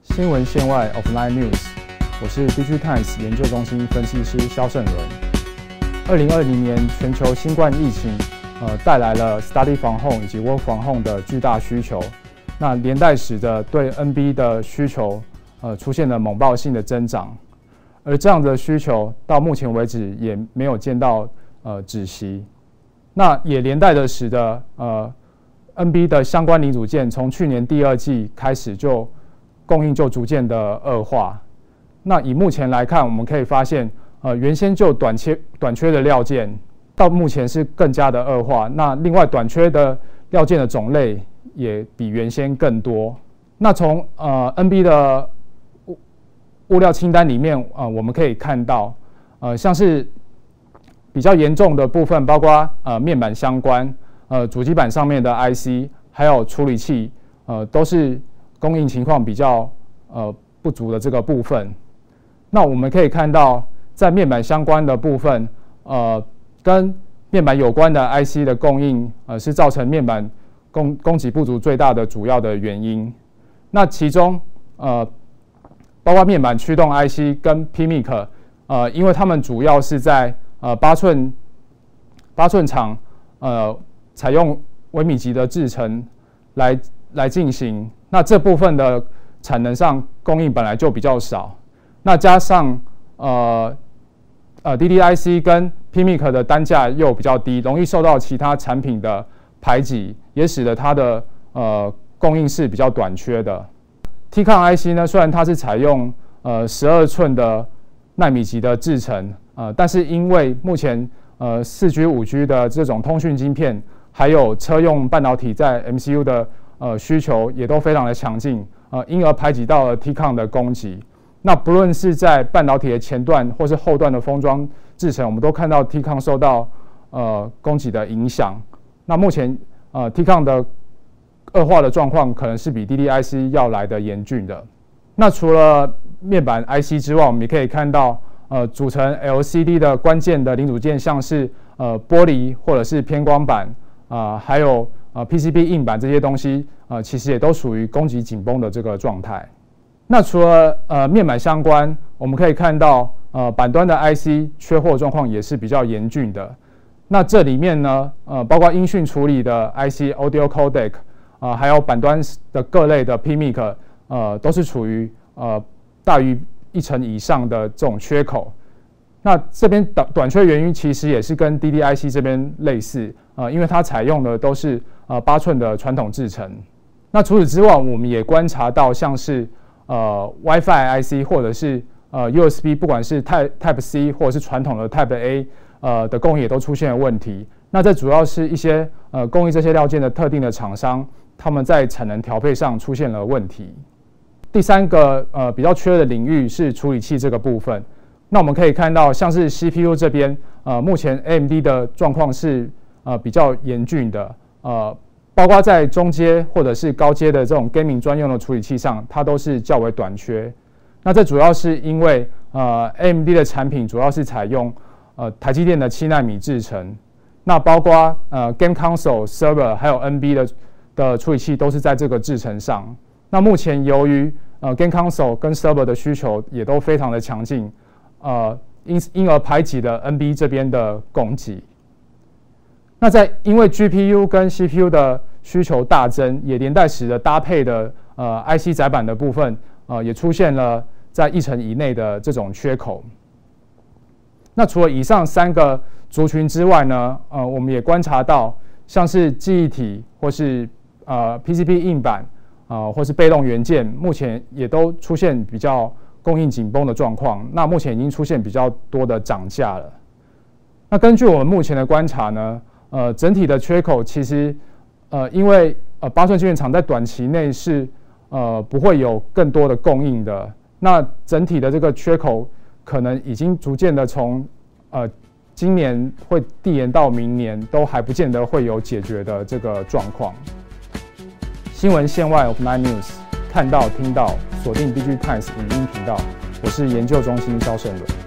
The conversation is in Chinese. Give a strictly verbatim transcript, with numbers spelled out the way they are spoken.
新闻线外 Offline News， 我是 D G Times 研究中心分析师肖胜伦。二零二零年全球新冠疫情，呃，带来了 Study from Home 以及 Work from Home 的巨大需求，那连带使得对 N B 的需求，呃，出现了猛爆性的增长。而这样的需求到目前为止也没有见到呃止息，那也连带的使得呃 N B 的相关零组件从去年第二季开始就供应就逐渐的恶化。那以目前来看，我们可以发现，呃，原先就短缺短缺的料件，到目前是更加的恶化。那另外短缺的料件的种类也比原先更多。那从呃 N B 的物物料清单里面，呃，我们可以看到，呃，像是比较严重的部分，包括呃面板相关，呃主机板上面的 I C， 还有处理器，呃，都是供应情况比较呃不足的这个部分。那我们可以看到，在面板相关的部分，呃，跟面板有关的 I C 的供应，呃，是造成面板供供给不足最大的主要的原因。那其中，呃，包括面板驱动 I C 跟 P M I C， 呃，因为它们主要是在呃八寸八寸厂，呃，采用微米级的制程来来进行。那这部分的产能上供应本来就比较少。那加上呃呃 D D I C 跟 P M I C 的单价又比较低，容易受到其他产品的排挤，也使得它的呃供应是比较短缺的。T-Con I C 呢，虽然它是采用呃十二寸的奈米级的制程，呃，但是因为目前呃四 G、五 G 的这种通讯晶片，还有车用半导体在 M C U 的呃需求也都非常的强劲，呃，因而排挤到了 T-Con 的供给。那不论是在半导体的前段或是后段的封装制程，我们都看到 T-Con 受到呃供给的影响。那目前呃 T-Con 的恶化的状况可能是比 D D I C 要来的严峻的。那除了面板 I C 之外，我们也可以看到呃组成 L C D 的关键的零组件，像是呃玻璃或者是偏光板啊、呃，还有呃 P C B 硬板这些东西，呃其实也都属于供给紧绷的这个状态。那除了呃面板相关，我们可以看到呃板端的 I C 缺货状况也是比较严峻的。那这里面呢，呃包括音讯处理的 I C、Audio Codec， 啊、呃、还有板端的各类的 P M I C， 呃都是处于呃大于一成以上的这种缺口。那这边短短缺原因其实也是跟 D D I C 这边类似，呃因为它采用的都是呃八寸的传统制程。那除此之外，我们也观察到像是呃 WiFi I C 或者是呃 U S B， 不管是 Type Type C 或者是传统的 Type A， 呃的供应也都出现了问题。那这主要是一些呃供应这些料件的特定的厂商，他们在产能调配上出现了问题。第三个呃比较缺的领域是处理器这个部分。那我们可以看到，像是 C P U 这边，呃目前 A M D 的状况是呃比较严峻的，呃。包括在中阶或者是高阶的这种 gaming 专用的处理器上，它都是较为短缺。那这主要是因为呃 A M D 的产品主要是采用呃台积电的七奈米制程，那包括呃 game console、server 还有 N B 的的处理器都是在这个制程上。那目前由于呃 game console 跟 server 的需求也都非常的强劲，呃因因而排挤了 N B 这边的供给。那在因为 G P U 跟 C P U 的需求大增，也连带使得搭配的呃 I C 载板的部分，呃也出现了在一成以内的这种缺口。那除了以上三个族群之外呢，呃我们也观察到，像是记忆体或是呃 P C B 硬板啊、呃，或是被动元件，目前也都出现比较供应紧绷的状况。那目前已经出现比较多的涨价了。那根据我们目前的观察呢，呃，整体的缺口其实，呃，因为呃八寸晶圆厂在短期内是呃不会有更多的供应的，那整体的这个缺口可能已经逐渐的从呃今年会递延到明年，都还不见得会有解决的这个状况。新闻线外 Offline News， 看到听到，锁定 D G Times 影音频道，我是研究中心肖胜伦。